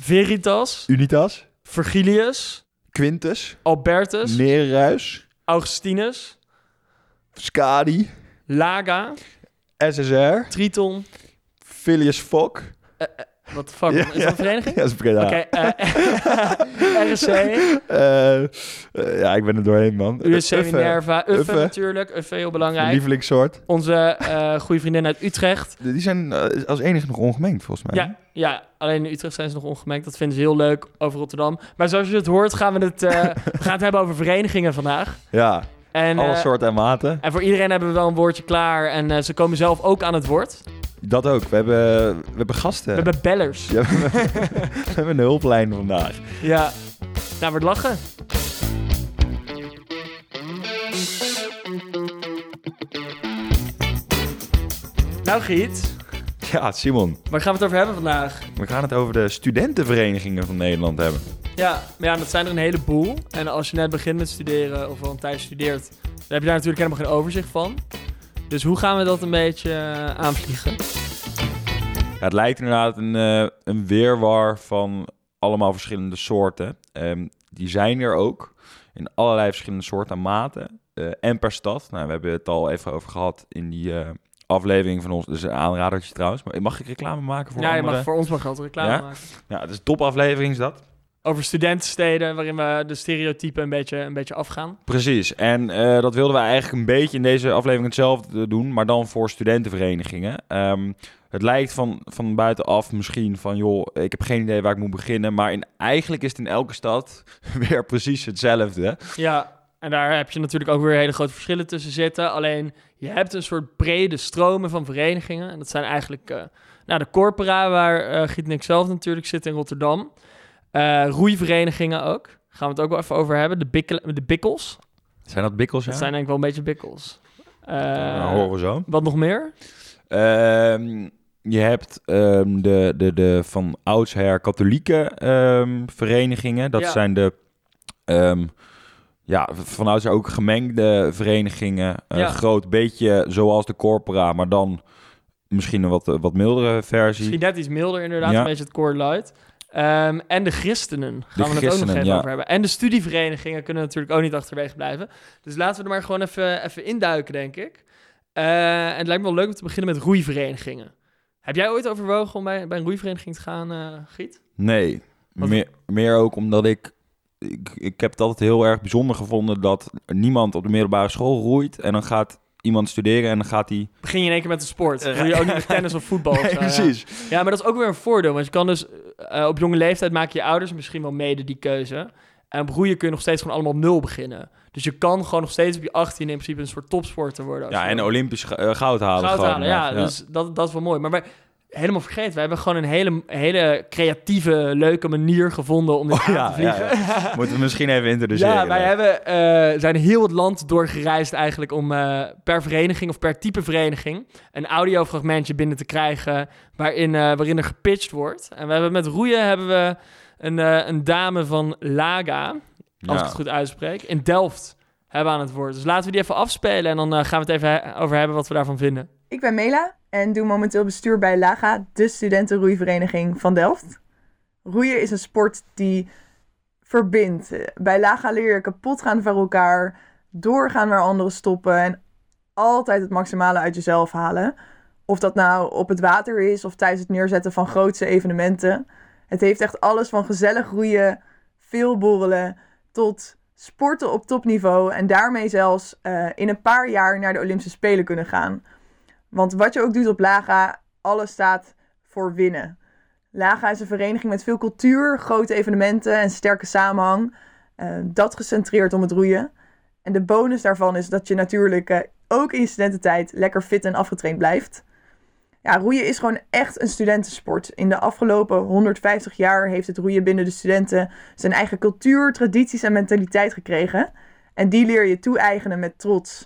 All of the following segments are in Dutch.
Veritas. Unitas. Virgilius. Quintus. Albertus. Nereus. Augustinus. Scadi. Laga. SSR. Triton. Phileas Fogg. Wat de fuck? Is dat een vereniging? Ja, dat is Breda. Oké. RSC. Ja, ik ben er doorheen, man. USC Uffe. Minerva. Uffe natuurlijk. Uffe heel belangrijk. Lievelingssoort. Onze goede vriendin uit Utrecht. Die zijn als enige nog ongemengd, volgens mij. Ja, alleen in Utrecht zijn ze nog ongemengd. Dat vinden ze heel leuk over Rotterdam. Maar zoals je het hoort gaan we het hebben over verenigingen vandaag. Ja, En, alle soorten en maten. En voor iedereen hebben we wel een woordje klaar. En ze komen zelf ook aan het woord. Dat ook. We hebben gasten. We hebben bellers. Ja, we hebben een hulplijn vandaag. Ja, nou, wordt lachen. Nou, Giet. Ja, Simon. Waar gaan we het over hebben vandaag? We gaan het over de studentenverenigingen van Nederland hebben. Ja, maar ja, dat zijn er een heleboel. En als je net begint met studeren of al een tijd studeert, dan heb je daar natuurlijk helemaal geen overzicht van. Dus hoe gaan we dat een beetje aanvliegen? Ja, het lijkt inderdaad een wirwar van allemaal verschillende soorten. Die zijn er ook in allerlei verschillende soorten en maten. En per stad. Nou, we hebben het al even over gehad in die aflevering van ons. Dus een aanradertje trouwens. Maar mag ik reclame maken voor Ja, andere? je mag voor ons maar grote reclame maken. Ja, het is een topaflevering is dat. Over studentensteden, waarin we de stereotypen een beetje afgaan. Precies. En dat wilden we eigenlijk een beetje in deze aflevering hetzelfde doen, maar dan voor studentenverenigingen. Het lijkt van buitenaf misschien van, joh, ik heb geen idee waar ik moet beginnen. Maar eigenlijk is het in elke stad weer precies hetzelfde. Ja, en daar heb je natuurlijk ook weer hele grote verschillen tussen zitten. Alleen, je hebt een soort brede stromen van verenigingen. En dat zijn eigenlijk de corpora, waar Giet en ik zelf natuurlijk zitten in Rotterdam. Roeiverenigingen ook. Gaan we het ook wel even over hebben. De bikkels. Zijn dat bikkels, ja? Dat zijn denk ik wel een beetje bikkels. horen we zo. Wat nog meer? Je hebt de van oudsher katholieke verenigingen. Dat zijn de van oudsher ook gemengde verenigingen. Groot, beetje zoals de corpora, maar dan misschien een wat mildere versie. Misschien net iets milder inderdaad, een beetje het core light. En de christenen gaan we het ook nog even over hebben. En de studieverenigingen kunnen natuurlijk ook niet achterwege blijven. Dus laten we er maar gewoon even induiken, denk ik. En het lijkt me wel leuk om te beginnen met roeiverenigingen. Heb jij ooit overwogen om bij een roeivereniging te gaan, Giet? Nee, meer ook omdat ik heb het altijd heel erg bijzonder gevonden dat niemand op de middelbare school roeit en dan gaat iemand studeren en dan gaat hij... Begin je in één keer met de sport. Doe je ook niet met tennis of voetbal of zo, precies. Ja, maar dat is ook weer een voordeel. Want je kan dus op jonge leeftijd maken je ouders misschien wel mede die keuze. En op roeien kun je nog steeds gewoon allemaal op nul beginnen. Dus je kan gewoon nog steeds op je 18 in principe een soort topsporter worden. Ja, en Olympisch goud halen. Goud halen, ja. Dus dat is wel mooi. Maar helemaal vergeten, we hebben gewoon een hele creatieve, leuke manier gevonden om dit aan te vliegen. Ja. Moeten we misschien even introduceren. Ja, wij zijn heel het land doorgereisd eigenlijk om per vereniging of per type vereniging een audiofragmentje binnen te krijgen waarin er gepitcht wordt. En we hebben met roeien een dame van Laga, als ik het goed uitspreek, in Delft hebben aan het woord. Dus laten we die even afspelen en dan gaan we het even over hebben wat we daarvan vinden. Ik ben Mela en doe momenteel bestuur bij Laga, de studentenroeivereniging van Delft. Roeien is een sport die verbindt. Bij Laga leer je kapot gaan van elkaar, doorgaan waar anderen stoppen en altijd het maximale uit jezelf halen. Of dat nou op het water is of tijdens het neerzetten van grootse evenementen. Het heeft echt alles van gezellig roeien, veel borrelen, tot sporten op topniveau en daarmee zelfs in een paar jaar naar de Olympische Spelen kunnen gaan. Want wat je ook doet op Laga, alles staat voor winnen. Laga is een vereniging met veel cultuur, grote evenementen en sterke samenhang. Dat gecentreerd om het roeien. En de bonus daarvan is dat je natuurlijk ook in je studententijd lekker fit en afgetraind blijft. Ja, roeien is gewoon echt een studentensport. In de afgelopen 150 jaar heeft het roeien binnen de studenten zijn eigen cultuur, tradities en mentaliteit gekregen. En die leer je toe-eigenen met trots.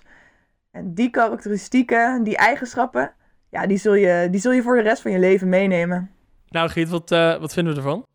En die karakteristieken, die eigenschappen, ja, die zul je voor de rest van je leven meenemen. Nou Giet, wat vinden we ervan?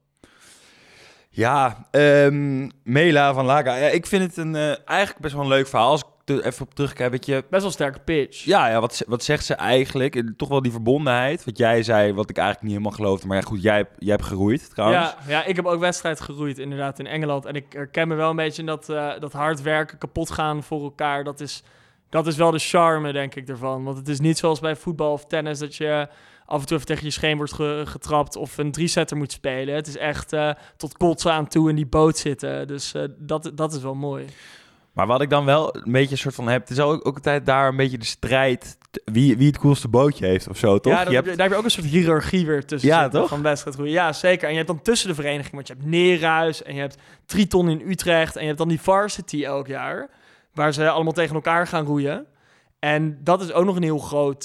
Ja, Mela van Laga. Ja, ik vind het eigenlijk best wel een leuk verhaal. even op terugkijken, weet je... Best wel sterke pitch. Ja, wat zegt ze eigenlijk? En toch wel die verbondenheid. Wat jij zei, wat ik eigenlijk niet helemaal geloofde. Maar ja, goed, jij hebt geroeid trouwens. Ja, ik heb ook wedstrijd geroeid inderdaad in Engeland. En ik herken me wel een beetje in dat hard werken, kapot gaan voor elkaar. Dat is wel de charme, denk ik, ervan. Want het is niet zoals bij voetbal of tennis dat je af en toe even tegen je scheen wordt getrapt of een 3-setter moet spelen. Het is echt tot kotsen aan toe in die boot zitten. Dus dat is wel mooi. Maar wat ik dan wel een beetje een soort van heb... Het is ook altijd daar een beetje de strijd... Wie het coolste bootje heeft of zo, toch? Ja, daar heb je ook een soort hiërarchie weer tussen zitten, toch? Van wedstrijdroeien. Ja, zeker. En je hebt dan tussen de vereniging, want je hebt Neerhuis en je hebt Triton in Utrecht en je hebt dan die Varsity elk jaar, waar ze allemaal tegen elkaar gaan roeien. En dat is ook nog een heel groot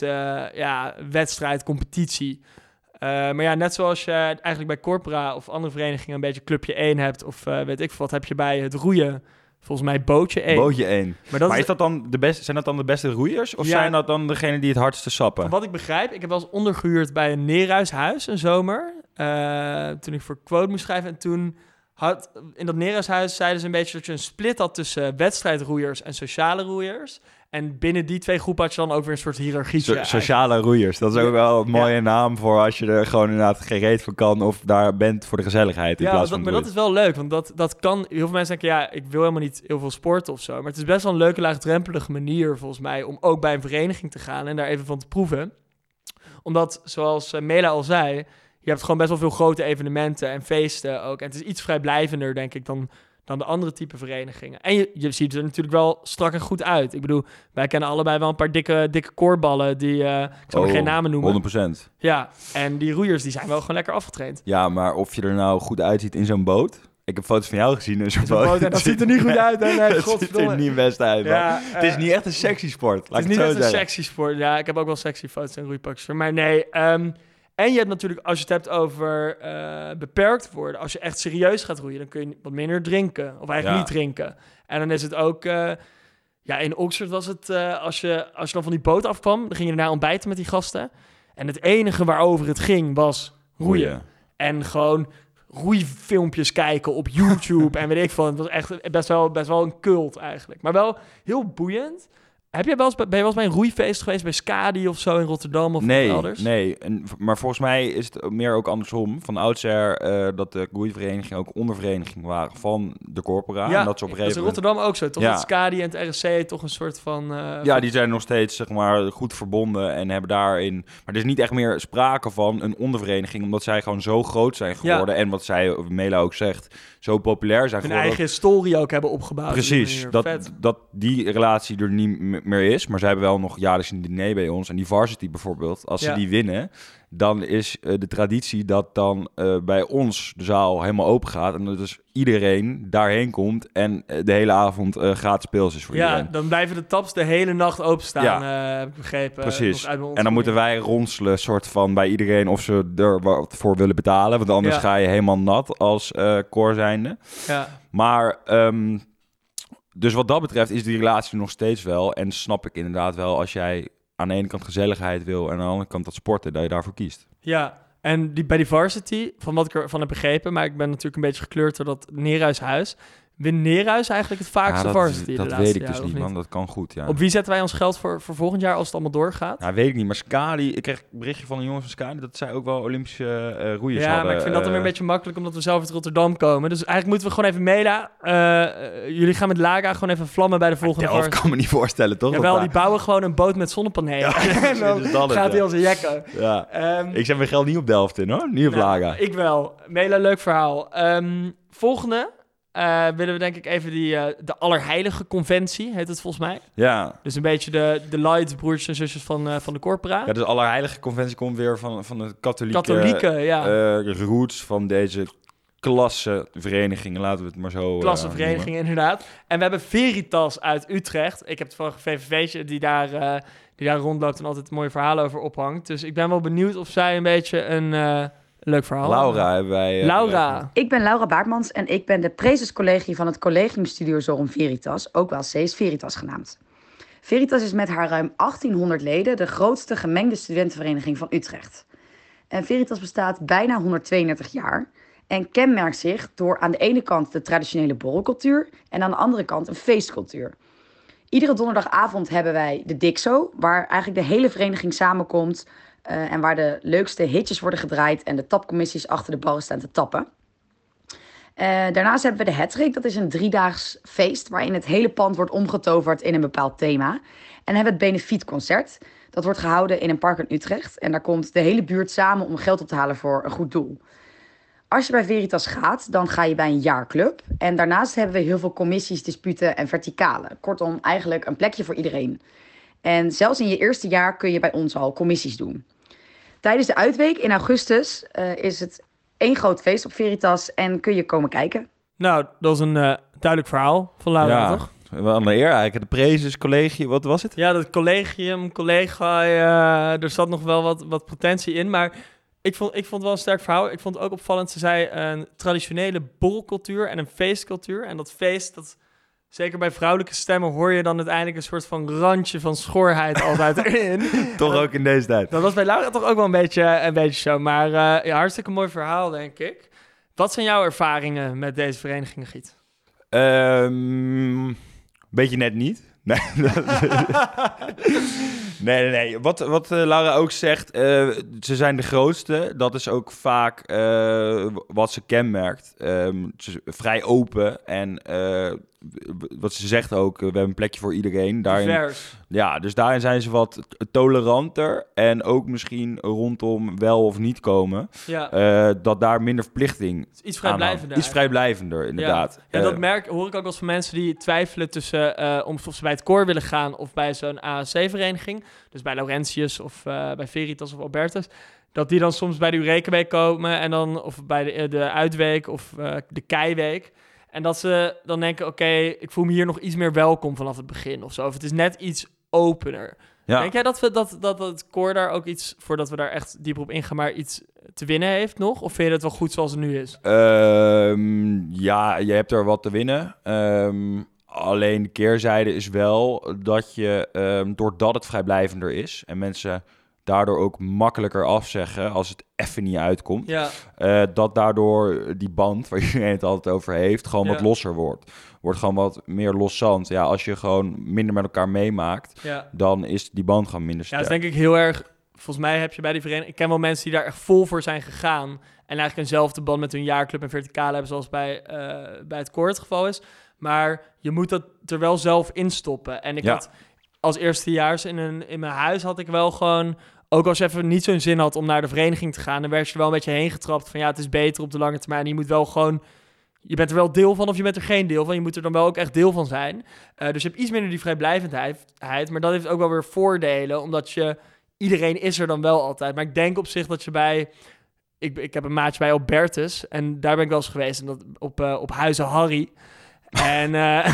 wedstrijd, competitie. Maar ja, net zoals je eigenlijk bij Corpora of andere verenigingen een beetje clubje 1 hebt, of weet ik veel wat, heb je bij het roeien volgens mij bootje 1. Bootje 1. Maar is dat dan zijn dat dan de beste roeiers? Of zijn dat dan degenen die het hardste sappen? Wat ik begrijp, ik heb wel eens ondergehuurd bij een Neerhuishuis een zomer. Toen ik voor Quote moest schrijven. En toen in dat Neerhuishuis zeiden ze een beetje dat je een split had tussen wedstrijdroeiers en sociale roeiers. En binnen die twee groepen had je dan ook weer een soort hiërarchie. Sociale roeiers, dat is ook wel een mooie naam voor als je er gewoon inderdaad geen reet van kan of daar bent voor de gezelligheid in plaats van maar dat is wel leuk, want dat kan... Heel veel mensen denken, ik wil helemaal niet heel veel sporten of zo. Maar het is best wel een leuke, laagdrempelige manier volgens mij om ook bij een vereniging te gaan en daar even van te proeven. Omdat, zoals Mela al zei, je hebt gewoon best wel veel grote evenementen en feesten ook. En het is iets vrijblijvender, denk ik, dan de andere type verenigingen. En je ziet er natuurlijk wel strak en goed uit. Ik bedoel, wij kennen allebei wel een paar dikke koorballen die... ik zal maar geen namen noemen. 100%. Ja, en die roeiers die zijn wel gewoon lekker afgetraind. Ja, maar of je er nou goed uitziet in zo'n boot... Ik heb foto's van jou gezien in zo'n boot. En dat ziet er niet goed uit. Nee, dat ziet er niet best uit, man. Ja, het is niet echt een sexy sport. Het is niet echt een sexy sport. Ja, ik heb ook wel sexy foto's en roeipakjes. Maar nee... En je hebt natuurlijk, als je het hebt over beperkt worden... als je echt serieus gaat roeien, dan kun je wat minder drinken. Of eigenlijk niet drinken. En dan is het ook... in Oxford was het... als je dan van die boot afkwam, dan ging je daarna ontbijten met die gasten. En het enige waarover het ging was roeien. En gewoon roeifilmpjes kijken op YouTube en weet ik veel. Het was echt best wel een cult eigenlijk. Maar wel heel boeiend... Ben je wel eens bij een roeifeest geweest bij Skadi of zo in Rotterdam of elders? Nee. Maar volgens mij is het meer ook andersom. Van oudsher dat de roeiverenigingen ook ondervereniging waren van de Corpora. Ja, en dat ze op een gegeven moment... in Rotterdam ook zo. Toch dat Skadi en het RSC toch een soort van... die zijn nog steeds zeg maar goed verbonden en hebben daarin... Maar er is niet echt meer sprake van een ondervereniging, omdat zij gewoon zo groot zijn geworden. Ja. En wat zij, Mela ook zegt, zo populair zijn geworden. Hun eigen historie ook hebben opgebouwd. Precies, dat die relatie er niet meer is. Maar zij hebben wel nog jaarlijks een diner bij ons. En die Varsity bijvoorbeeld, als ze die winnen... dan is de traditie dat dan bij ons de zaal helemaal open gaat. En dat dus iedereen daarheen komt en de hele avond gratis speels is voor iedereen. Ja, dan blijven de taps de hele nacht openstaan, heb ik begrepen. Precies. En dan moeten wij ronselen soort van bij iedereen of ze er wat voor willen betalen. Want anders ga je helemaal nat als koor zijnde. Ja. Maar... dus wat dat betreft is die relatie nog steeds wel. En snap ik inderdaad wel als jij aan de ene kant gezelligheid wil... en aan de andere kant dat sporten, dat je daarvoor kiest. Ja, en bij die Varsity, van wat ik ervan heb begrepen... maar ik ben natuurlijk een beetje gekleurd door dat Neerhuishuis... Wint Neerhuis eigenlijk het vaakste Varsity? Dat weet ik dus niet, man. Dat kan goed, ja. Op wie zetten wij ons geld voor volgend jaar als het allemaal doorgaat? Nou, weet ik niet. Maar Skadi, ik kreeg een berichtje van een jongen van Skadi... dat zij ook wel Olympische roeiers hadden. Ja, maar ik vind dat dan weer een beetje makkelijk... omdat we zelf uit Rotterdam komen. Dus eigenlijk moeten we gewoon even Mela. Jullie gaan met Laga gewoon even vlammen bij de volgende Varsity. Ik kan me niet voorstellen, toch? Jawel, die bouwen gewoon een boot met zonnepanelen. Ja, en dan gaat hij als een jekker. Ja. Ik zet mijn geld niet op Delft in, hoor. Niet op Laga. Ik wel. Mela, leuk verhaal. Volgende... willen we denk ik even de Allerheilige Conventie, heet het volgens mij. Ja. Dus een beetje de light broertjes en zusjes van de Corpora. Ja, dus de Allerheilige Conventie komt weer van de katholieke roots van deze klasseverenigingen, laten we het maar zo klasseverenigingen, inderdaad. En we hebben Veritas uit Utrecht. Ik heb het vorige VVV'tje die daar rondloopt en altijd mooie verhalen over ophangt. Dus ik ben wel benieuwd of zij een beetje een... leuk verhaal. Laura hebben wij... Laura. Ik ben Laura Baartmans en ik ben de Praesescollegie van het Collegium Studiorum Veritas, ook wel Cees Veritas genaamd. Veritas is met haar ruim 1800 leden de grootste gemengde studentenvereniging van Utrecht. En Veritas bestaat bijna 132 jaar en kenmerkt zich door aan de ene kant de traditionele borrelcultuur en aan de andere kant een feestcultuur. Iedere donderdagavond hebben wij de Dixo, waar eigenlijk de hele vereniging samenkomt en waar de leukste hitjes worden gedraaid en de tapcommissies achter de bar staan te tappen. Daarnaast hebben we de Hattrick, dat is een 3-daags feest waarin het hele pand wordt omgetoverd in een bepaald thema. En dan hebben we het benefietconcert. Dat wordt gehouden in een park in Utrecht en daar komt de hele buurt samen om geld op te halen voor een goed doel. Als je bij Veritas gaat, dan ga je bij een jaarclub. En daarnaast hebben we heel veel commissies, disputen en verticalen. Kortom, eigenlijk een plekje voor iedereen. En zelfs in je eerste jaar kun je bij ons al commissies doen. Tijdens de uitweek in augustus is het één groot feest op Veritas en kun je komen kijken. Nou, dat is een duidelijk verhaal van Laura, toch? Wel een eer eigenlijk. De Prezes Collegie, wat was het? Ja, dat collegium, collega, er zat nog wel wat potentie in, maar ik vond het wel een sterk verhaal. Ik vond het ook opvallend. Ze zei een traditionele borrelcultuur en een feestcultuur. En dat feest, dat zeker bij vrouwelijke stemmen hoor je dan uiteindelijk een soort van randje van schorheid altijd erin. Toch ook in deze tijd. Dat was bij Laura toch ook wel een beetje zo. Maar ja, hartstikke mooi verhaal, denk ik. Wat zijn jouw ervaringen met deze vereniging, Giet? Beetje net niet. Nee. Wat Laura ook zegt, ze zijn de grootste. Dat is ook vaak wat ze kenmerkt. Ze vrij open en wat ze zegt ook, we hebben een plekje voor iedereen. Divers. Ja, dus daarin zijn ze wat toleranter en ook misschien rondom wel of niet komen. Ja. Dat daar minder verplichting Iets vrijblijvender. Iets vrijblijvender, hoor ik ook wel eens van mensen die twijfelen tussen of ze bij het koor willen gaan of bij zo'n AAC-vereniging. Dus bij Laurentius of bij Veritas of Albertus. Dat die dan soms bij de Eureka-week komen en dan of bij de uitweek of de Keiweek. En dat ze dan denken, oké, ik voel me hier nog iets meer welkom vanaf het begin of zo. Of het is net iets opener. Ja. Denk jij dat het koor daar ook iets, voordat we daar echt dieper op ingaan, maar iets te winnen heeft nog? Of vind je het wel goed zoals het nu is? Ja, je hebt er wat te winnen. Alleen de keerzijde is wel dat je, doordat het vrijblijvender is en mensen daardoor ook makkelijker afzeggen als het even niet uitkomt. Ja. Dat daardoor die band, waar iedereen het altijd over heeft, gewoon wat losser wordt. Wordt gewoon wat meer loszand. Ja, als je gewoon minder met elkaar meemaakt, dan is die band gewoon minder sterk. Ja, dat is denk ik heel erg. Volgens mij heb je bij die vereniging, ik ken wel mensen die daar echt vol voor zijn gegaan en eigenlijk eenzelfde band met hun jaarclub en verticale hebben zoals bij het koor het geval is. Maar je moet dat er wel zelf in stoppen. En ik had als eerstejaars in mijn huis had ik wel gewoon, ook als je even niet zo'n zin had om naar de vereniging te gaan, dan werd je er wel een beetje heen getrapt van ja, het is beter op de lange termijn. Je moet wel gewoon, je bent er wel deel van of je bent er geen deel van. Je moet er dan wel ook echt deel van zijn. Dus je hebt iets minder die vrijblijvendheid, maar dat heeft ook wel weer voordelen, omdat iedereen is er dan wel altijd. Maar ik denk op zich dat je bij, ik heb een maatje bij Albertus en daar ben ik wel eens geweest en dat op Huizen Harry. En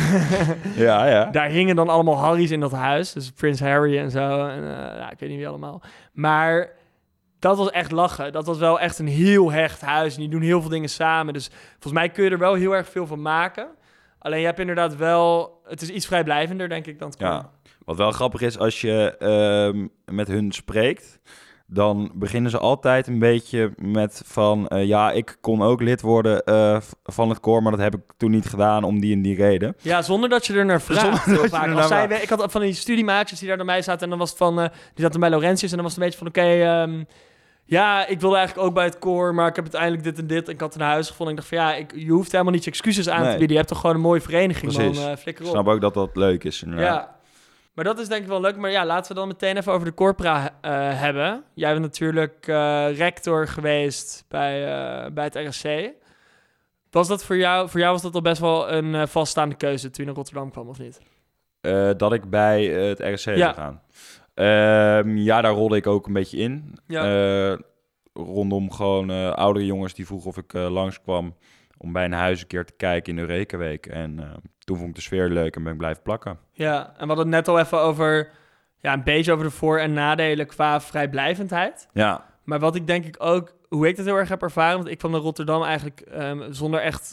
daar hingen dan allemaal Harry's in dat huis. Dus Prins Harry en zo. En, ik weet niet wie allemaal. Maar dat was echt lachen. Dat was wel echt een heel hecht huis. En die doen heel veel dingen samen. Dus volgens mij kun je er wel heel erg veel van maken. Alleen je hebt inderdaad wel, het is iets vrijblijvender, denk ik, dan het kan. Ja, wat wel grappig is, als je met hun spreekt, dan beginnen ze altijd een beetje met van, ik kon ook lid worden van het koor, maar dat heb ik toen niet gedaan om die en die reden. Ja, zonder dat je er naar vraagt. Ik had van die studiemaatjes die daar naar mij zaten en dan was het van, die zaten bij Laurentius en dan was het een beetje van, ik wilde eigenlijk ook bij het koor, maar ik heb uiteindelijk dit en dit en ik had een huis gevonden. En ik dacht van, je hoeft helemaal niet je excuses aan te bieden. Je hebt toch gewoon een mooie vereniging, man. Flikker op. Ik snap ook dat dat leuk is. Inderdaad. Ja. Maar dat is denk ik wel leuk. Maar ja, laten we dan meteen even over de corpora hebben. Jij bent natuurlijk rector geweest bij het RSC. Was dat voor jou was dat al best wel een vaststaande keuze toen je naar Rotterdam kwam, of niet? Dat ik bij het RSC zou gaan. Daar rolde ik ook een beetje in. Ja. Rondom gewoon oudere jongens die vroegen of ik langskwam om bij een huis een keer te kijken in de Eureka-week. En toen vond ik de sfeer leuk en ben ik blijven plakken. Ja, en we hadden het net al even over, een beetje over de voor- en nadelen qua vrijblijvendheid. Ja. Maar wat ik denk ik ook, hoe ik dat heel erg heb ervaren, want ik kwam naar Rotterdam eigenlijk zonder echt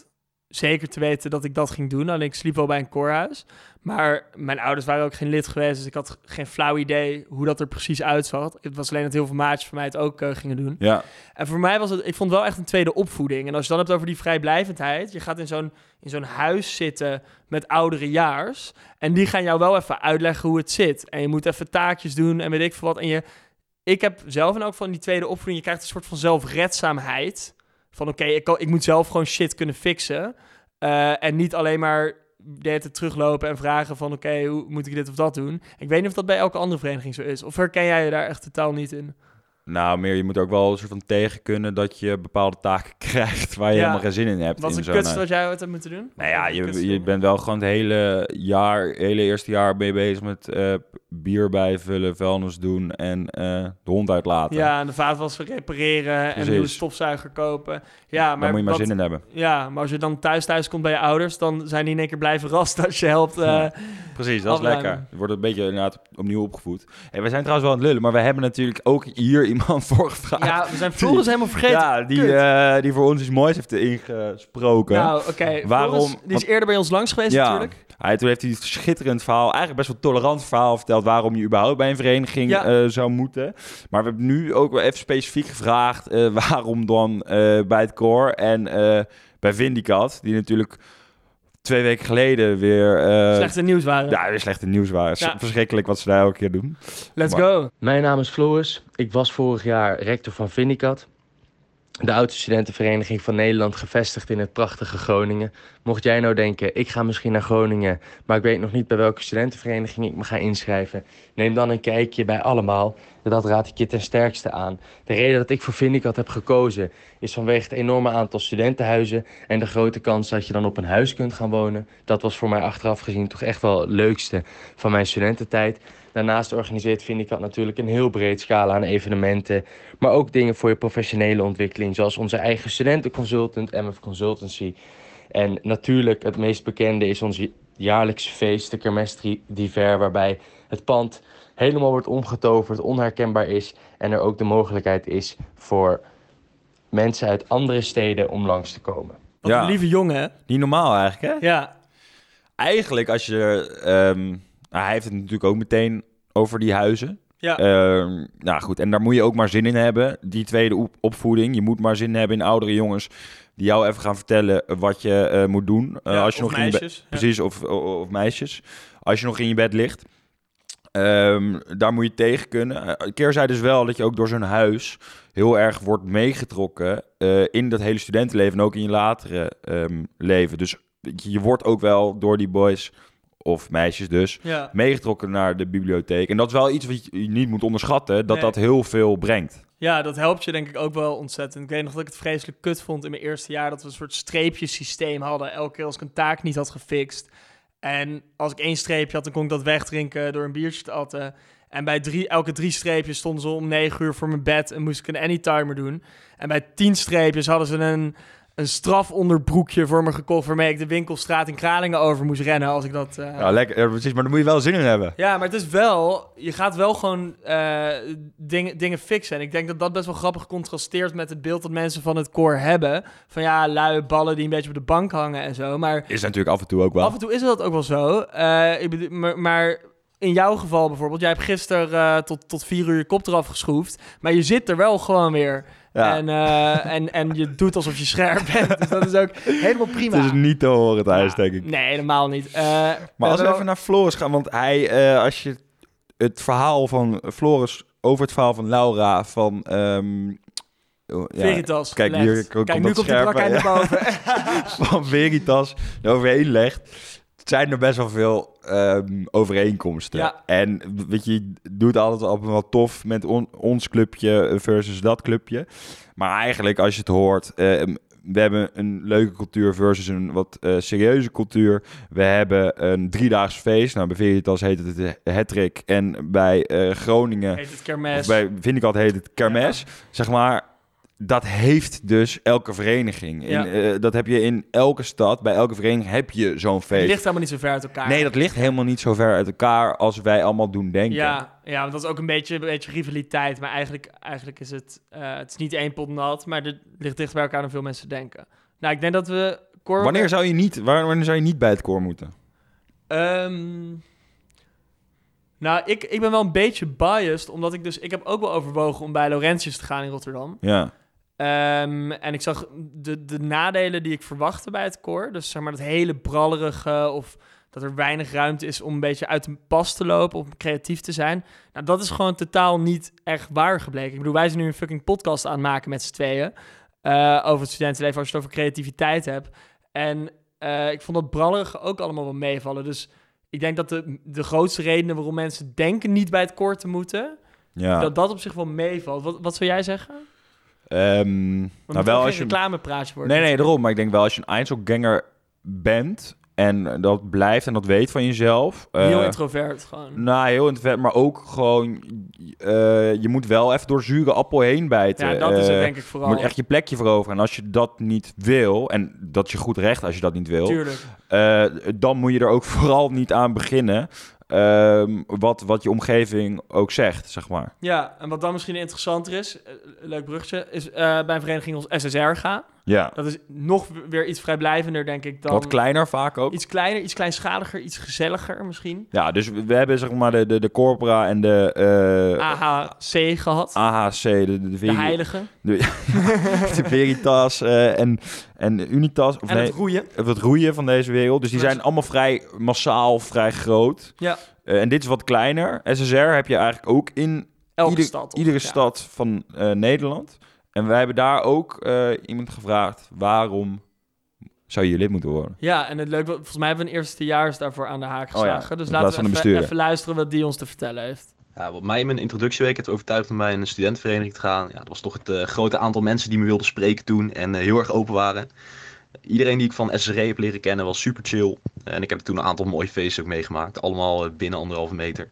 zeker te weten dat ik dat ging doen. Alleen ik sliep wel bij een koorhuis. Maar mijn ouders waren ook geen lid geweest. Dus ik had geen flauw idee hoe dat er precies uitzag. Het was alleen dat heel veel maatjes van mij het ook gingen doen. Ja. En voor mij was het... Ik vond het wel echt een tweede opvoeding. En als je dan hebt over die vrijblijvendheid... Je gaat in zo'n huis zitten met ouderejaars. En die gaan jou wel even uitleggen hoe het zit. En je moet even taakjes doen en weet ik veel wat. En ik heb zelf in elk geval in die tweede opvoeding... Je krijgt een soort van zelfredzaamheid. Van oké, ik moet zelf gewoon shit kunnen fixen. En niet alleen maar de hele tijd teruglopen en vragen van... oké, hoe moet ik dit of dat doen? Ik weet niet of dat bij elke andere vereniging zo is. Of herken jij je daar echt totaal niet in? Nou, meer, je moet ook wel een soort van tegen kunnen dat je bepaalde taken krijgt waar je helemaal geen zin in hebt. Wat is in een kutste wat jij ooit hebt moeten doen? Nou ja, je bent wel gewoon het hele eerste jaar ben je bezig met bier bijvullen, vuilnis doen en de hond uitlaten. Ja, en de vaatwasser repareren en een nieuwe stofzuiger kopen. Ja, maar daar moet je maar zin in hebben. Ja, maar als je dan thuis komt bij je ouders, dan zijn die in één keer blij verrast als je helpt. Precies, dat afruimen. is lekker. Je wordt een beetje inderdaad opnieuw opgevoed. En we zijn trouwens wel aan het lullen, maar we hebben natuurlijk ook hier iemand voor gevraagd. Ja, we zijn Floris helemaal vergeten. Ja, die voor ons iets moois heeft ingesproken. Nou, oké. Waarom? Die is eerder bij ons langs geweest natuurlijk. Toen heeft hij een schitterend verhaal, eigenlijk best wel tolerant verhaal verteld waarom je überhaupt bij een vereniging zou moeten. Maar we hebben nu ook wel even specifiek gevraagd waarom dan bij het koor en bij Vindicat, die natuurlijk 2 weken geleden weer... slechte nieuws waren. Ja, weer slechte nieuws waren. Ja. Verschrikkelijk wat ze daar elke keer doen. Let's go. Mijn naam is Floris. Ik was vorig jaar rector van Vindicat. De oudste studentenvereniging van Nederland, gevestigd in het prachtige Groningen. Mocht jij nou denken, ik ga misschien naar Groningen, maar ik weet nog niet bij welke studentenvereniging ik me ga inschrijven. Neem dan een kijkje bij allemaal. Dat raad ik je ten sterkste aan. De reden dat ik voor Vindicat heb gekozen is vanwege het enorme aantal studentenhuizen en de grote kans dat je dan op een huis kunt gaan wonen. Dat was voor mij achteraf gezien toch echt wel het leukste van mijn studententijd. Daarnaast organiseert Vindicat natuurlijk een heel breed scala aan evenementen, maar ook dingen voor je professionele ontwikkeling, zoals onze eigen studentenconsultant, MF Consultancy. En natuurlijk het meest bekende is ons jaarlijkse feest, de Kermes d'Hiver, waarbij het pand helemaal wordt omgetoverd, onherkenbaar is en er ook de mogelijkheid is voor mensen uit andere steden om langs te komen. Wat een lieve jongen, hè? Niet normaal eigenlijk, hè? Ja. Eigenlijk als je... hij heeft het natuurlijk ook meteen over die huizen. Ja. Nou goed, en daar moet je ook maar zin in hebben. Die tweede opvoeding. Je moet maar zin hebben in oudere jongens die jou even gaan vertellen wat je moet doen. Als je of nog meisjes. Precies, of meisjes. Als je nog in je bed ligt. Daar moet je tegen kunnen. Een keer zei dus wel dat je ook door zo'n huis heel erg wordt meegetrokken in dat hele studentenleven en ook in je latere leven. Dus je wordt ook wel door die boys of meisjes dus meegetrokken naar de bibliotheek. En dat is wel iets wat je niet moet onderschatten, dat heel veel brengt. Ja, dat helpt je denk ik ook wel ontzettend. Ik weet nog dat ik het vreselijk kut vond in mijn eerste jaar dat we een soort streepjesysteem hadden. Elke keer als ik een taak niet had gefixt. En als ik 1 streepje had, dan kon ik dat wegdrinken door een biertje te atten. En bij elke 3 streepjes stonden ze om 9 uur voor mijn bed en moest ik een anytimer doen. En bij 10 streepjes hadden ze een strafonderbroekje voor me gekocht waarmee ik de winkelstraat in Kralingen over moest rennen als ik dat... Ja, lekker, precies, maar daar moet je wel zin in hebben. Ja, maar het is wel... Je gaat wel gewoon dingen fixen. En ik denk dat dat best wel grappig contrasteert met het beeld dat mensen van het koor hebben. Van ja, luie ballen die een beetje op de bank hangen en zo. Maar is natuurlijk af en toe ook wel. Af en toe is dat ook wel zo. Maar in jouw geval bijvoorbeeld, jij hebt gisteren tot 4 uur je kop eraf geschroefd. Maar je zit er wel gewoon weer. Ja. En je doet alsof je scherp bent. Dus dat is ook helemaal prima. Het is niet te horen thuis, denk ik. Nee, helemaal niet. Maar als we even naar Floris gaan, want als je het verhaal van Floris over het verhaal van Laura van... Veritas. Kijk, hier komt nu komt de brak naar boven. Van Veritas eroverheen legt. Zijn er best wel veel overeenkomsten. Ja. En weet je doet altijd wel tof met ons clubje versus dat clubje. Maar eigenlijk, als je het hoort... we hebben een leuke cultuur versus een wat serieuze cultuur. We hebben een 3-daags feest. Nou, bij Veritas heet het Hattrick. En bij Groningen... Heet het Kermes. Of bij Vindicat heet het Kermes. Ja. Zeg maar... Dat heeft dus elke vereniging. Dat heb je in elke stad. Bij elke vereniging heb je zo'n feest. Het ligt helemaal niet zo ver uit elkaar. Nee, dat ligt helemaal niet zo ver uit elkaar als wij allemaal doen denken. Ja, want dat is ook een beetje rivaliteit. Maar eigenlijk is het... het is niet één pot nat, maar het ligt dichter bij elkaar dan veel mensen denken. Nou, ik denk dat we Koor... Wanneer zou je niet bij het koor moeten? Nou, ik ben wel een beetje biased, omdat ik heb ook wel overwogen om bij Laurentius te gaan in Rotterdam. Ja. En ik zag de nadelen die ik verwachtte bij het koor. Dus zeg maar dat hele brallerige of dat er weinig ruimte is om een beetje uit de pas te lopen, om creatief te zijn. Nou, dat is gewoon totaal niet echt waar gebleken. Ik bedoel, wij zijn nu een fucking podcast aan het maken met z'n tweeën over het studentenleven als je het over creativiteit hebt. En ik vond dat brallerige ook allemaal wel meevallen. Dus ik denk dat de grootste redenen waarom mensen denken niet bij het koor te moeten, dat op zich wel meevalt. Wat zou jij zeggen? Nou, wel als je reclamepraatje wordt. Nee, daarom. Maar ik denk wel als je een Einzelganger bent en dat blijft en dat weet van jezelf. Heel introvert gewoon. Nou, heel introvert, maar ook gewoon je moet wel even door zure appel heen bijten. Ja, dat is het denk ik vooral. Je moet echt je plekje veroveren. En als je dat niet wil, en dat is je goed recht als je dat niet wil, tuurlijk. Dan moet je er ook vooral niet aan beginnen. Wat je omgeving ook zegt, zeg maar. Ja, en wat dan misschien interessanter is, leuk bruggetje, is bij een vereniging als SSR gaan. Ja. Dat is nog weer iets vrijblijvender, denk ik, dan... Wat kleiner vaak ook. Iets kleiner, iets kleinschaliger, iets gezelliger misschien. Ja, dus we hebben zeg maar de Corpora en de... AHC gehad. AHC, de heilige. De Veritas en Unitas. Of en het roeien. Het roeien van deze wereld. Dus die zijn allemaal vrij massaal, vrij groot. Ja. En dit is wat kleiner. SSR heb je eigenlijk ook in iedere stad van Nederland. En wij hebben daar ook iemand gevraagd, waarom zou je lid moeten worden? Ja, en het leuke, volgens mij hebben we een eerstejaars daarvoor aan de haak geslagen. Dus laten we even luisteren wat die ons te vertellen heeft. Ja, wat mij in mijn introductieweek heeft overtuigd om bij een studentenvereniging te gaan, dat was toch het grote aantal mensen die me wilden spreken toen en heel erg open waren. Iedereen die ik van SSR heb leren kennen was super chill. En ik heb toen een aantal mooie feesten ook meegemaakt, allemaal binnen 1,5 meter.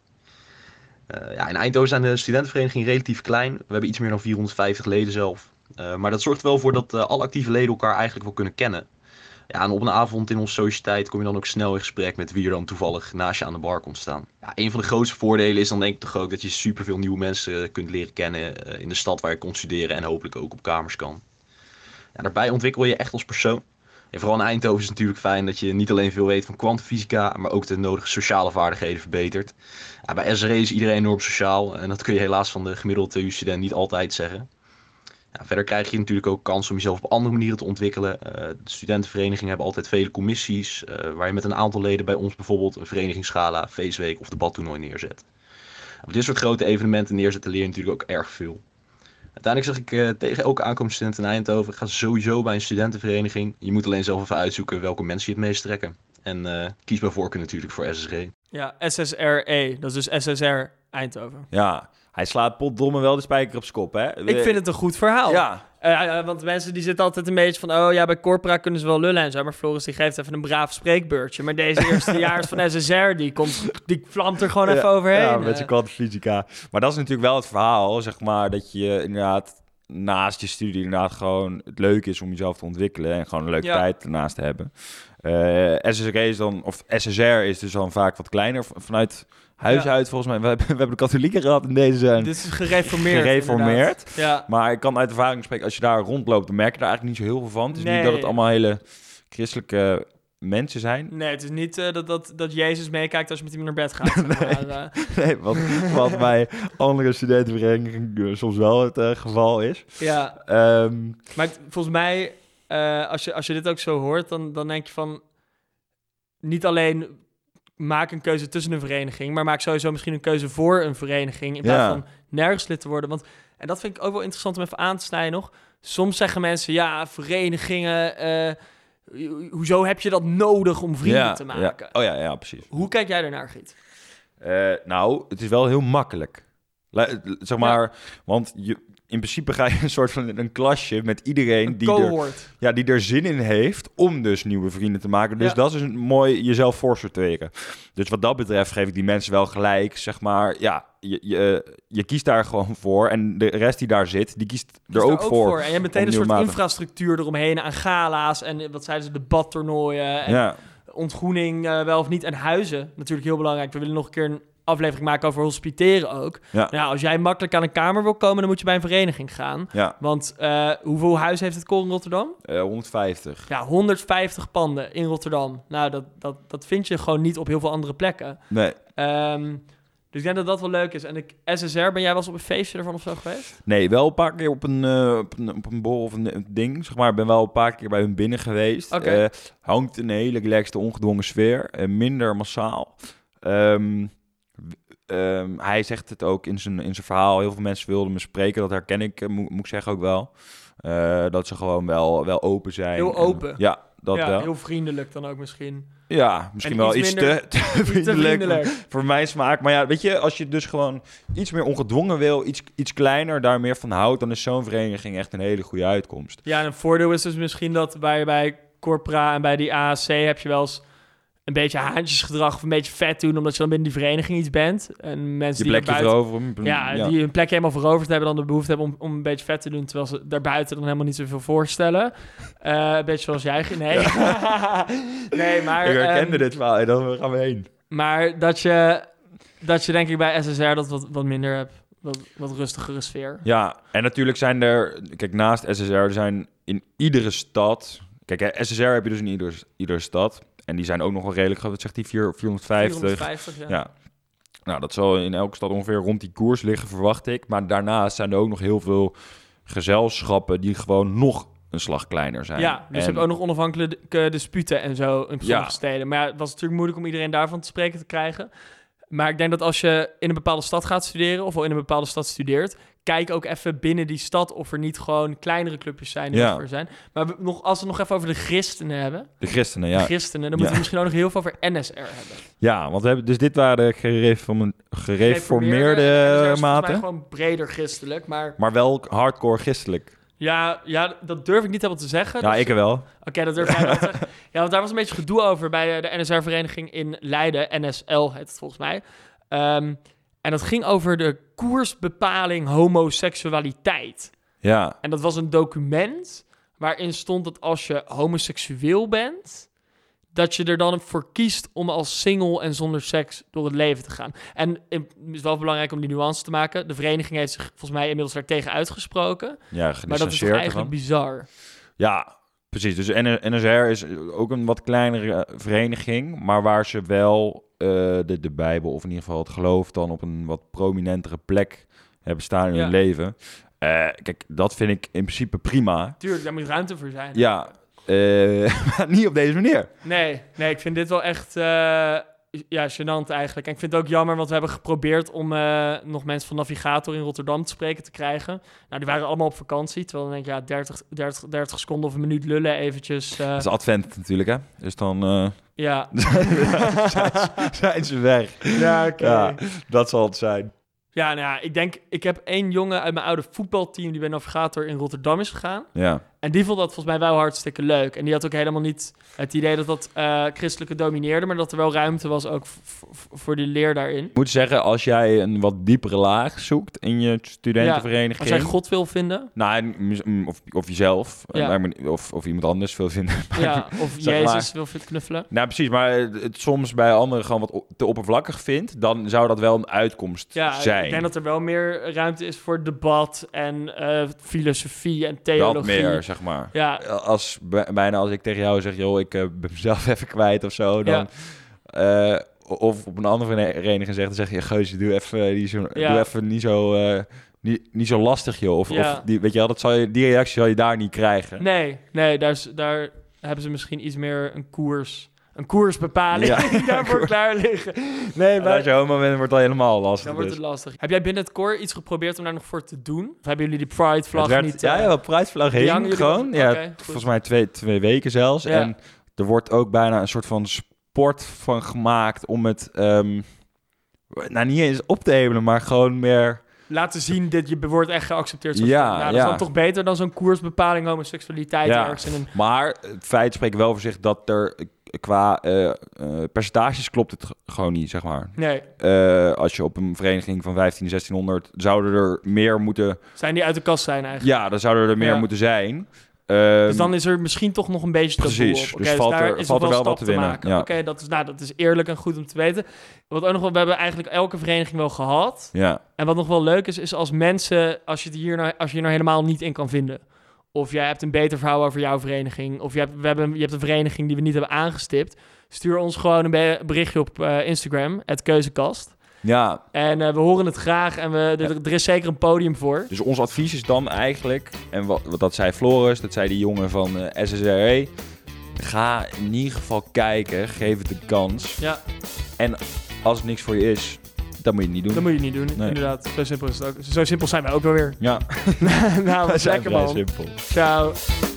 In Eindhoven zijn de studentenverenigingen relatief klein. We hebben iets meer dan 450 leden zelf. Maar dat zorgt er wel voor dat alle actieve leden elkaar eigenlijk wel kunnen kennen. Ja, en op een avond in onze sociëteit kom je dan ook snel in gesprek met wie er dan toevallig naast je aan de bar komt staan. Ja, een van de grootste voordelen is dan denk ik toch ook dat je superveel nieuwe mensen kunt leren kennen in de stad waar je komt studeren en hopelijk ook op kamers kan. Ja, daarbij ontwikkel je echt als persoon. En vooral in Eindhoven is het natuurlijk fijn dat je niet alleen veel weet van kwantumfysica, maar ook de nodige sociale vaardigheden verbetert. Ja, bij SRE is iedereen enorm sociaal en dat kun je helaas van de gemiddelde TU-student niet altijd zeggen. Ja, verder krijg je natuurlijk ook kans om jezelf op andere manieren te ontwikkelen. De studentenverenigingen hebben altijd vele commissies, waar je met een aantal leden bij ons bijvoorbeeld een verenigingsgala, feestweek of debattoernooi neerzet. Op dit soort grote evenementen neerzetten leer je natuurlijk ook erg veel. Uiteindelijk zeg ik tegen elke aankomende student in Eindhoven, ga sowieso bij een studentenvereniging. Je moet alleen zelf even uitzoeken welke mensen je het meest trekken. En kies bij voorkeur natuurlijk voor SSR. Ja, SSRE, dat is dus SSR Eindhoven. Ja, hij slaat potdomme wel de spijker op zijn kop, hè? Ik vind het een goed verhaal. Ja. Want mensen die zitten altijd een beetje van, bij Corpora kunnen ze wel lullen en zo. Maar Floris die geeft even een braaf spreekbeurtje. Maar deze eerstejaars van SSR, die vlamt er gewoon even overheen. Ja, met zijn kwantumfysica. Maar dat is natuurlijk wel het verhaal, zeg maar, dat je inderdaad naast je studie inderdaad gewoon het leuk is om jezelf te ontwikkelen en gewoon een leuke tijd ernaast te hebben. SSR is dus dan vaak wat kleiner vanuit huis uit, volgens mij. We hebben de katholieken gehad en deze zijn... Dit is gereformeerd. Ja. Maar ik kan uit ervaring spreken, als je daar rondloopt, dan merk je daar eigenlijk niet zo heel veel van. Het is niet dat het allemaal hele christelijke mensen zijn. Nee, het is niet dat Jezus meekijkt als je met iemand naar bed gaat. Nee, wat bij andere studentenverenigingen soms wel het geval is. Ja, maar volgens mij, als je dit ook zo hoort, dan denk je van... Niet alleen maak een keuze tussen een vereniging, maar maak sowieso misschien een keuze voor een vereniging in plaats van nergens lid te worden. En dat vind ik ook wel interessant om even aan te snijden nog. Soms zeggen mensen, verenigingen, hoezo heb je dat nodig om vrienden te maken? Ja. Ja, precies. Hoe kijk jij daarnaar, Giet? Het is wel heel makkelijk. Zeg maar, want in principe ga je een soort van een klasje met iedereen die er zin in heeft om dus nieuwe vrienden te maken. Dus dat is een mooi jezelf voorsorteren. Dus wat dat betreft geef ik die mensen wel gelijk, zeg maar, je kiest daar gewoon voor en de rest die daar zit, die kiest er ook voor. En je hebt meteen een soort infrastructuur eromheen aan gala's en wat zeiden ze, debattoernooien en ontgroening wel of niet. En huizen, natuurlijk heel belangrijk. We willen nog een keer aflevering maken over hospiteren ook. Ja. Nou, als jij makkelijk aan een kamer wil komen, dan moet je bij een vereniging gaan. Ja, Want hoeveel huizen heeft het koor in Rotterdam? 150. Ja, 150 panden in Rotterdam. Nou, dat vind je gewoon niet op heel veel andere plekken. Nee. Dus ik denk dat dat wel leuk is. En SSR, ben jij wel eens op een feestje ervan of zo geweest? Nee, wel een paar keer op een borrel of een ding, zeg maar. Ik ben wel een paar keer bij hun binnen geweest. Oké. Hangt een hele relaxte, ongedwongen sfeer. Minder massaal. Hij zegt het ook in zijn verhaal. Heel veel mensen wilden me spreken. Dat herken ik, moet ik zeggen ook wel. Dat ze gewoon wel open zijn. Heel open. Ja, dat ja, wel. heel vriendelijk dan ook misschien. Ja, misschien En wel iets iets minder- te vriendelijk voor mijn smaak. Maar ja, weet je, als je dus gewoon iets meer ongedwongen wil, iets kleiner, daar meer van houdt, dan is zo'n vereniging echt een hele goede uitkomst. Ja, en een voordeel is dus misschien dat bij Corpora en bij die AAC heb je wel eens een beetje haantjesgedrag of een beetje vet doen, omdat je dan binnen die vereniging iets bent. En mensen Je die plekje erbuiten- veroveren. Ja, die hun plekje helemaal veroverd hebben, dan de behoefte hebben om een beetje vet te doen, terwijl ze daarbuiten dan helemaal niet zoveel voorstellen. Een beetje zoals jij. Nee. Nee, maar... Ik herkende dit verhaal en dan gaan we heen. Maar dat je denk ik bij SSR dat wat minder hebt. Wat rustigere sfeer. Ja, en natuurlijk zijn er, kijk, naast SSR, er zijn in iedere stad, kijk, hè, SSR heb je dus in iedere stad. En die zijn ook nog wel redelijk, wat zegt die, 450? 450, ja. Ja. Nou, dat zal in elke stad ongeveer rond die koers liggen, verwacht ik. Maar daarnaast zijn er ook nog heel veel gezelschappen die gewoon nog een slag kleiner zijn. Ja, dus je hebt ook nog onafhankelijke disputen en zo in sommige Ja. steden. Maar ja, het was natuurlijk moeilijk om iedereen daarvan te spreken te krijgen. Maar ik denk dat als je in een bepaalde stad gaat studeren, of al in een bepaalde stad studeert, kijk ook even binnen die stad of er niet gewoon kleinere clubjes zijn die Ja. er zijn. Maar als we het nog even over de christenen hebben, De christenen, de ja. christenen, dan moeten we misschien ook nog heel veel over NSR hebben. Ja, want we hebben, dus dit waren de gereformeerde NSR is volgens mij maten, gewoon breder christelijk, maar maar wel hardcore christelijk. ja, dat durf ik niet helemaal te zeggen. Ja, Dus- ik wel. Oké, dat durf jij wel te zeggen. Ja, want daar was een beetje gedoe over bij de NSR-vereniging in Leiden. NSL heet het volgens mij. En dat ging over de koersbepaling homoseksualiteit. Ja, En dat was een document waarin stond dat als je homoseksueel bent, dat je er dan voor kiest om als single en zonder seks door het leven te gaan. En het is wel belangrijk om die nuance te maken. De vereniging heeft zich volgens mij inmiddels daartegen uitgesproken. ja, Maar dat is toch gedistanceerd eigenlijk ervan. bizar. Ja, precies. Dus NSR is ook een wat kleinere vereniging, maar waar ze wel de Bijbel, of in ieder geval het geloof, dan op een wat prominentere plek hebben staan in Ja. hun leven. Kijk, dat vind ik in principe prima. Tuurlijk, daar moet ruimte voor zijn. Ja, maar niet op deze manier. Nee, ik vind dit wel echt gênant eigenlijk. En ik vind het ook jammer, want we hebben geprobeerd om nog mensen van Navigator in Rotterdam te spreken te krijgen. Nou, die waren allemaal op vakantie. Terwijl dan denk ik, ja, 30 seconden of een minuut lullen eventjes. Dat is advent natuurlijk, hè? Dus dan Ja. zijn ze weg. Ja, oké. Ja, dat zal het zijn. Ja, nou ja, ik heb één jongen uit mijn oude voetbalteam die bij Navigator in Rotterdam is gegaan. Ja. En die vond dat volgens mij wel hartstikke leuk. En die had ook helemaal niet het idee dat christelijke domineerde, maar dat er wel ruimte was ook voor die leer daarin. Ik moet zeggen, als jij een wat diepere laag zoekt in je studentenvereniging... Als jij God wil vinden. Nou, of jezelf, Ja. of iemand anders wil vinden. Ja, of Zeg Jezus wil knuffelen. Nou, precies, maar het soms bij anderen gewoon wat te oppervlakkig vindt, dan zou dat wel een uitkomst Ja, zijn. ik denk dat er wel meer ruimte is voor debat en filosofie en theologie. Dat meer, zeg maar. Ja, Bijna als ik tegen jou zeg, joh, ik ben mezelf even kwijt of zo, dan... of op een andere vereniging zegt, dan zeg je, geusje, doe even niet zo lastig, joh. Of die, weet je wel, die reactie zal je daar niet krijgen. nee, daar hebben ze misschien iets meer een koersbepaling die daarvoor klaar liggen. Nee, Maar als je homo bent, wordt het al helemaal lastig. dan wordt het dus. lastig. Heb jij binnen het koor iets geprobeerd om daar nog voor te doen? Of hebben jullie die Pride-vlag niet? Ja, Pride-vlag die hangen heen jullie gewoon. wel? Ja, Oké, goed. volgens mij twee weken zelfs. Ja. En er wordt ook bijna een soort van sport van gemaakt om het... niet eens op te hemelen, maar gewoon meer... Laten zien, je wordt echt geaccepteerd. Ja, dat is ja. dan toch beter dan zo'n koersbepaling homoseksualiteit ergens in een... Maar het feit spreekt wel voor zich dat er qua percentages klopt het gewoon niet, zeg maar. Nee, Als je op een vereniging van 1600 zouden er meer moeten... zijn die uit de kast zijn eigenlijk. Ja, dan zouden er meer Ja. moeten zijn. Dus dan is er misschien toch nog een beetje taboe Precies, op. dus Oké, valt daar er is wel nog wat stap te winnen, maken. ja. Oké, dat is eerlijk en goed om te weten. Wat ook nog wel, we hebben eigenlijk elke vereniging wel gehad. Ja, En wat nog wel leuk is als mensen, als je je er helemaal niet in kan vinden. Of jij hebt een beter verhaal over jouw vereniging. Of je hebt een vereniging die we niet hebben aangestipt. Stuur ons gewoon een berichtje op Instagram, @keuzekast. ja. En we horen het graag en er is zeker een podium voor. Dus ons advies is dan eigenlijk, en wat dat zei Floris, dat zei die jongen van SSRE, ga in ieder geval kijken, geef het een kans. Ja, En als het niks voor je is, dan moet je het niet doen. dat moet je niet doen, Nee. inderdaad. Zo simpel is het ook. Zo simpel zijn wij ook wel weer. Ja, Nou, we zijn lekker vrij man. simpel. Ciao.